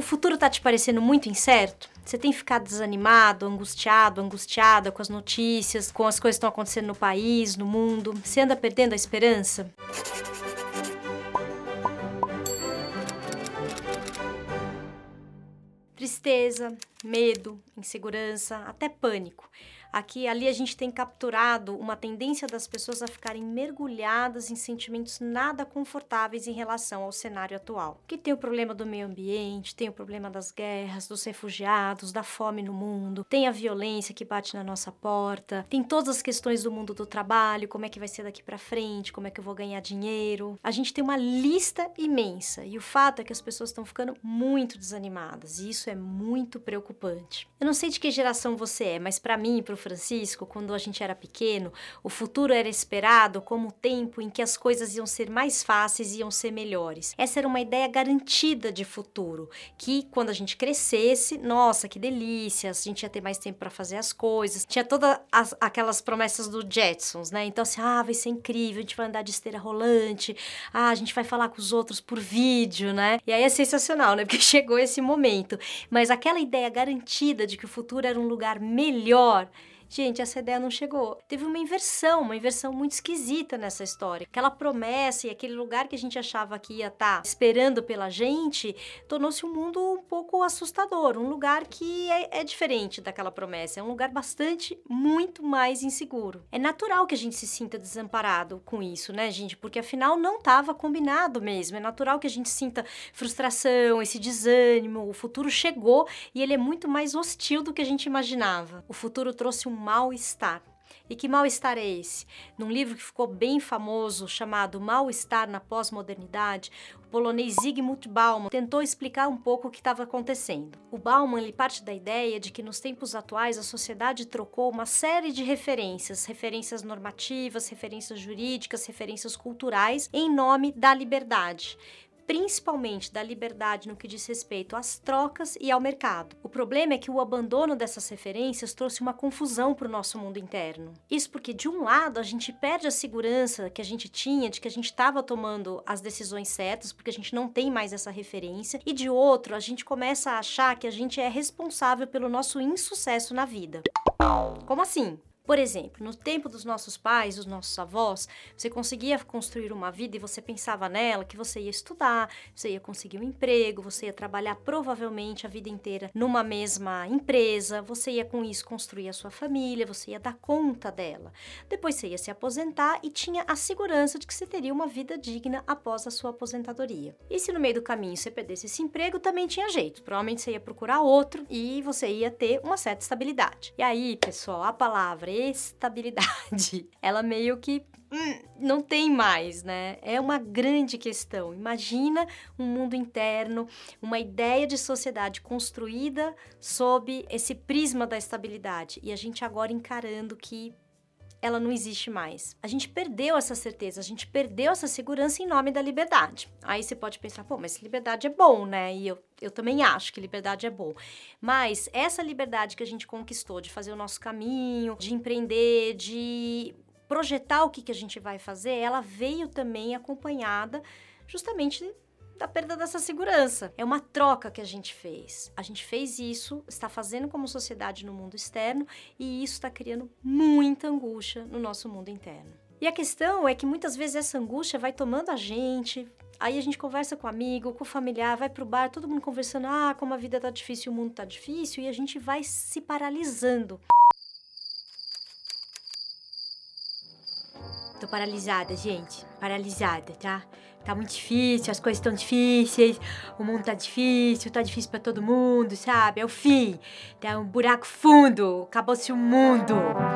O futuro tá te parecendo muito incerto? Você tem ficado desanimado, angustiado, angustiada com as notícias, com as coisas que estão acontecendo no país, no mundo? Você anda perdendo a esperança? Tristeza, medo, insegurança, até pânico. Aqui e ali a gente tem capturado uma tendência das pessoas a ficarem mergulhadas em sentimentos nada confortáveis em relação ao cenário atual. Que tem o problema do meio ambiente, tem o problema das guerras, dos refugiados, da fome no mundo, tem a violência que bate na nossa porta, tem todas as questões do mundo do trabalho, como é que vai ser daqui pra frente, como é que eu vou ganhar dinheiro. A gente tem uma lista imensa e o fato é que as pessoas estão ficando muito desanimadas e isso é muito preocupante. Eu não sei de que geração você é, mas pra mim, pro Francisco, quando a gente era pequeno, o futuro era esperado como o tempo em que as coisas iam ser mais fáceis e iam ser melhores. Essa era uma ideia garantida de futuro, que quando a gente crescesse, nossa, que delícia, a gente ia ter mais tempo para fazer as coisas. Tinha todas aquelas promessas do Jetsons, né? Então assim, vai ser incrível, a gente vai andar de esteira rolante, a gente vai falar com os outros por vídeo, né? E aí é sensacional, né? Porque chegou esse momento. Mas aquela ideia garantida de que o futuro era um lugar melhor, gente, essa ideia não chegou. Teve uma inversão muito esquisita nessa história. Aquela promessa e aquele lugar que a gente achava que ia estar esperando pela gente, tornou-se um mundo um pouco assustador. Um lugar que é diferente daquela promessa. É um lugar muito mais inseguro. É natural que a gente se sinta desamparado com isso, né, gente? Porque afinal não estava combinado mesmo. É natural que a gente sinta frustração, esse desânimo. O futuro chegou e ele é muito mais hostil do que a gente imaginava. O futuro trouxe um mal-estar. E que mal-estar é esse? Num livro que ficou bem famoso, chamado Mal-estar na Pós-Modernidade, o polonês Zygmunt Bauman tentou explicar um pouco o que estava acontecendo. O Bauman ele parte da ideia de que nos tempos atuais a sociedade trocou uma série de referências normativas, referências jurídicas, referências culturais, em nome da liberdade. Principalmente da liberdade no que diz respeito às trocas e ao mercado. O problema é que o abandono dessas referências trouxe uma confusão para o nosso mundo interno. Isso porque, de um lado, a gente perde a segurança que a gente tinha de que a gente estava tomando as decisões certas, porque a gente não tem mais essa referência, e de outro, a gente começa a achar que a gente é responsável pelo nosso insucesso na vida. Como assim? Por exemplo, no tempo dos nossos pais, dos nossos avós, você conseguia construir uma vida e você pensava nela que você ia estudar, você ia conseguir um emprego, você ia trabalhar provavelmente a vida inteira numa mesma empresa, você ia com isso construir a sua família, você ia dar conta dela. Depois você ia se aposentar e tinha a segurança de que você teria uma vida digna após a sua aposentadoria. E se no meio do caminho você perdesse esse emprego, também tinha jeito. Provavelmente você ia procurar outro e você ia ter uma certa estabilidade. E aí, pessoal, a palavra estabilidade, ela meio que não tem mais, né? É uma grande questão. Imagina um mundo interno, uma ideia de sociedade construída sob esse prisma da estabilidade e a gente agora encarando que ela não existe mais. A gente perdeu essa certeza, a gente perdeu essa segurança em nome da liberdade. Aí você pode pensar, mas liberdade é bom, né? E eu também acho que liberdade é bom. Mas essa liberdade que a gente conquistou de fazer o nosso caminho, de empreender, de projetar o que a gente vai fazer, ela veio também acompanhada justamente da perda dessa segurança. É uma troca que a gente fez. A gente fez isso, está fazendo como sociedade no mundo externo e isso está criando muita angústia no nosso mundo interno. E a questão é que muitas vezes essa angústia vai tomando a gente, aí a gente conversa com o amigo, com o familiar, vai pro bar, todo mundo conversando, como a vida tá difícil, o mundo tá difícil, e a gente vai se paralisando. Tô paralisada, gente. Paralisada, tá? Tá muito difícil, as coisas estão difíceis, o mundo tá difícil pra todo mundo, sabe? É o fim. Tá um buraco fundo, acabou-se o mundo.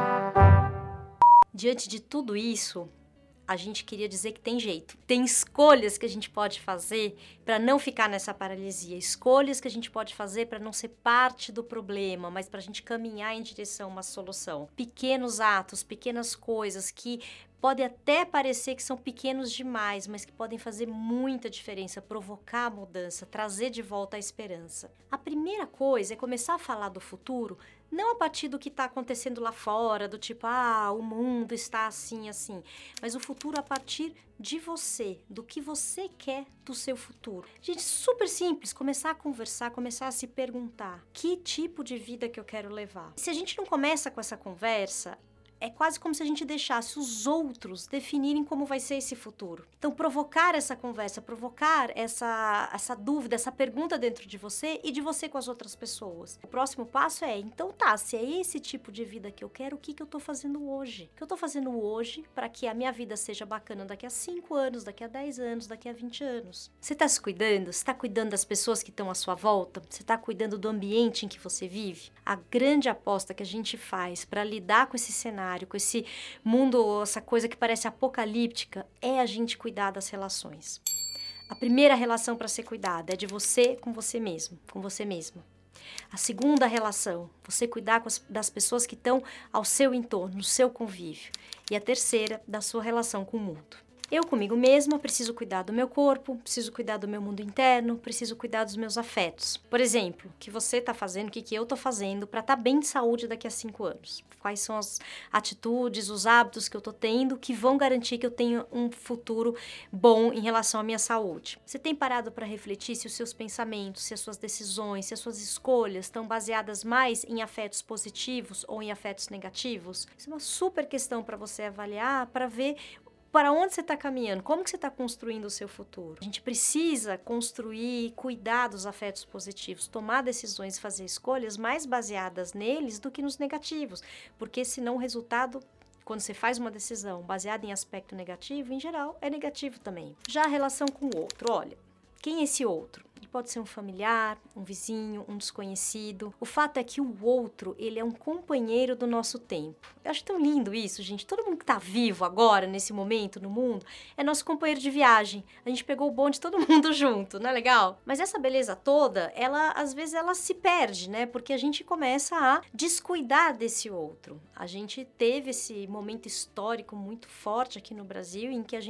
Diante de tudo isso, a gente queria dizer que tem jeito. Tem escolhas que a gente pode fazer para não ficar nessa paralisia. Escolhas que a gente pode fazer para não ser parte do problema, mas para a gente caminhar em direção a uma solução. Pequenos atos, pequenas coisas que podem até parecer que são pequenos demais, mas que podem fazer muita diferença, provocar a mudança, trazer de volta a esperança. A primeira coisa é começar a falar do futuro, não a partir do que está acontecendo lá fora, do tipo, o mundo está assim, assim, mas o futuro a partir de você, do que você quer do seu futuro. Gente, super simples, começar a conversar, começar a se perguntar, que tipo de vida que eu quero levar? Se a gente não começa com essa conversa, é quase como se a gente deixasse os outros definirem como vai ser esse futuro. Então, provocar essa conversa, provocar essa dúvida, essa pergunta dentro de você e de você com as outras pessoas. O próximo passo é, então se é esse tipo de vida que eu quero, o que eu tô fazendo hoje? O que eu tô fazendo hoje para que a minha vida seja bacana daqui a 5 anos, daqui a 10 anos, daqui a 20 anos? Você tá se cuidando? Você tá cuidando das pessoas que estão à sua volta? Você tá cuidando do ambiente em que você vive? A grande aposta que a gente faz para lidar com esse cenário, com esse mundo, essa coisa que parece apocalíptica, é a gente cuidar das relações. A primeira relação para ser cuidada é de você com você mesmo, com você mesma. A segunda relação, você cuidar das pessoas que estão ao seu entorno, no seu convívio. E a terceira, da sua relação com o mundo. Eu comigo mesma preciso cuidar do meu corpo, preciso cuidar do meu mundo interno, preciso cuidar dos meus afetos. Por exemplo, o que você está fazendo, o que eu estou fazendo para estar bem de saúde daqui a 5 anos? Quais são as atitudes, os hábitos que eu estou tendo que vão garantir que eu tenha um futuro bom em relação à minha saúde? Você tem parado para refletir se os seus pensamentos, se as suas decisões, se as suas escolhas estão baseadas mais em afetos positivos ou em afetos negativos? Isso é uma super questão para você avaliar, para ver para onde você está caminhando, como que você está construindo o seu futuro. A gente precisa construir, cuidar dos afetos positivos, tomar decisões, fazer escolhas mais baseadas neles do que nos negativos, porque senão o resultado, quando você faz uma decisão baseada em aspecto negativo, em geral, é negativo também. Já a relação com o outro, olha, quem é esse outro? Ele pode ser um familiar, um vizinho, um desconhecido. O fato é que o outro, ele é um companheiro do nosso tempo. Eu acho tão lindo isso, gente. Todo mundo que tá vivo agora, nesse momento, no mundo, é nosso companheiro de viagem. A gente pegou o bonde todo mundo junto, não é legal? Mas essa beleza toda, às vezes ela se perde, né? Porque a gente começa a descuidar desse outro. A gente teve esse momento histórico muito forte aqui no Brasil, em que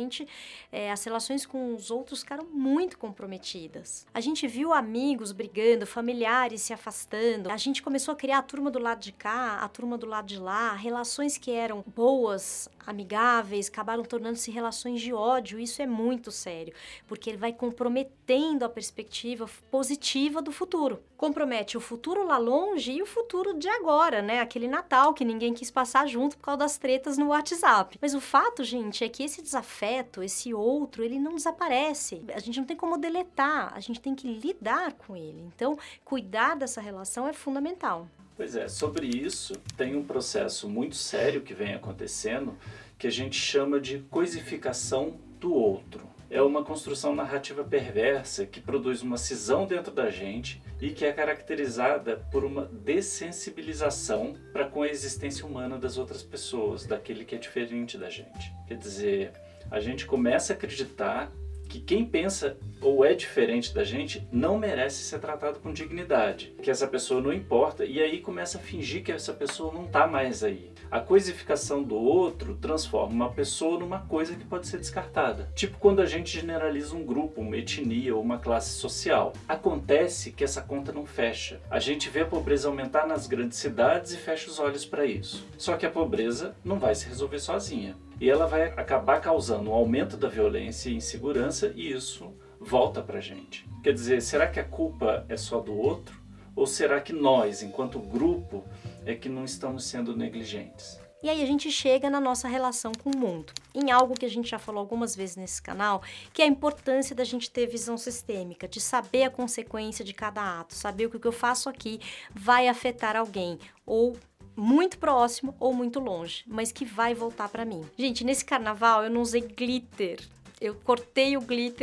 as relações com os outros ficaram muito comprometidas. A gente viu amigos brigando, familiares se afastando. A gente começou a criar a turma do lado de cá, a turma do lado de lá. Relações que eram boas, amigáveis, acabaram tornando-se relações de ódio. Isso é muito sério, porque ele vai comprometendo a perspectiva positiva do futuro. Compromete o futuro lá longe e o futuro de agora, né? Aquele Natal que ninguém quis passar junto por causa das tretas no WhatsApp. Mas o fato, gente, é que esse desafeto, esse outro, ele não desaparece. A gente não tem como deletar, a gente tem que lidar com ele. Então, cuidar dessa relação é fundamental. Pois é, sobre isso tem um processo muito sério que vem acontecendo que a gente chama de coisificação do outro. É uma construção narrativa perversa que produz uma cisão dentro da gente e que é caracterizada por uma dessensibilização para com a existência humana das outras pessoas, daquele que é diferente da gente. Quer dizer, a gente começa a acreditar que quem pensa ou é diferente da gente não merece ser tratado com dignidade, que essa pessoa não importa, e aí começa a fingir que essa pessoa não está mais aí. A coisificação do outro transforma uma pessoa numa coisa que pode ser descartada. Tipo quando a gente generaliza um grupo, uma etnia ou uma classe social. Acontece que essa conta não fecha. A gente vê a pobreza aumentar nas grandes cidades e fecha os olhos para isso. Só que a pobreza não vai se resolver sozinha. E ela vai acabar causando um aumento da violência e insegurança, e isso volta pra gente. Quer dizer, será que a culpa é só do outro? Ou será que nós, enquanto grupo, é que não estamos sendo negligentes? E aí a gente chega na nossa relação com o mundo, em algo que a gente já falou algumas vezes nesse canal, que é a importância da gente ter visão sistêmica, de saber a consequência de cada ato, saber que o que eu faço aqui vai afetar alguém, ou muito próximo ou muito longe, mas que vai voltar pra mim. Gente, nesse carnaval eu não usei glitter. Eu cortei o glitter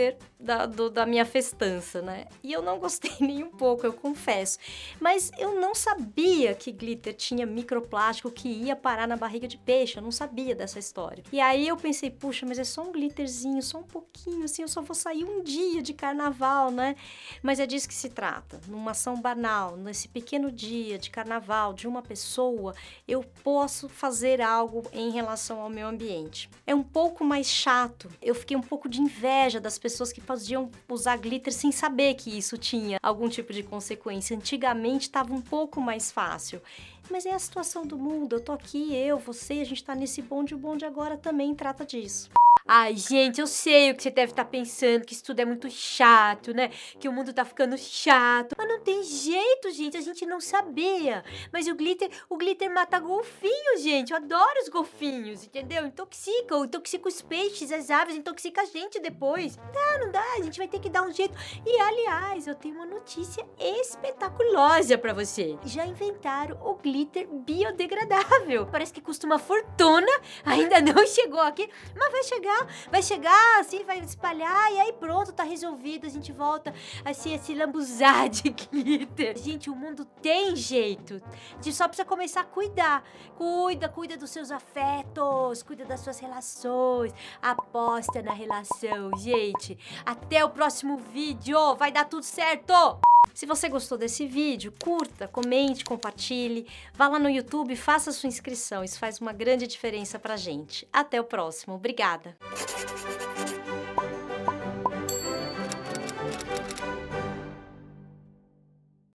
da minha festança, né? E eu não gostei nem um pouco, eu confesso. Mas eu não sabia que glitter tinha microplástico que ia parar na barriga de peixe, eu não sabia dessa história. E aí eu pensei, puxa, mas é só um glitterzinho, só um pouquinho, assim, eu só vou sair um dia de carnaval, né? Mas é disso que se trata. Numa ação banal, nesse pequeno dia de carnaval de uma pessoa, eu posso fazer algo em relação ao meio ambiente. É um pouco mais chato, eu fiquei um pouco de inveja das pessoas que podiam usar glitter sem saber que isso tinha algum tipo de consequência. Antigamente estava um pouco mais fácil. Mas é a situação do mundo, eu tô aqui, você, a gente tá nesse bonde, o bonde agora também trata disso. Ai, gente, eu sei o que você deve estar pensando, que isso tudo é muito chato, né? Que o mundo tá ficando chato. Mas não tem jeito, gente, a gente não sabia. Mas o glitter mata golfinhos, gente. Eu adoro os golfinhos, entendeu? Intoxica os peixes, as aves, intoxica a gente depois. Não dá, a gente vai ter que dar um jeito. E, aliás, eu tenho uma notícia espetaculosa pra você. Já inventaram o glitter biodegradável. Parece que custa uma fortuna, ainda não chegou aqui, mas vai chegar, assim, vai espalhar e aí pronto, tá resolvido, a gente volta assim, a se lambuzar de glitter. Gente, o mundo tem jeito, a gente só precisa começar a cuidar. Cuida dos seus afetos, cuida das suas relações, aposta na relação, gente. Até o próximo vídeo, vai dar tudo certo! Se você gostou desse vídeo, curta, comente, compartilhe, vá lá no YouTube e faça sua inscrição, isso faz uma grande diferença pra gente. Até o próximo, obrigada!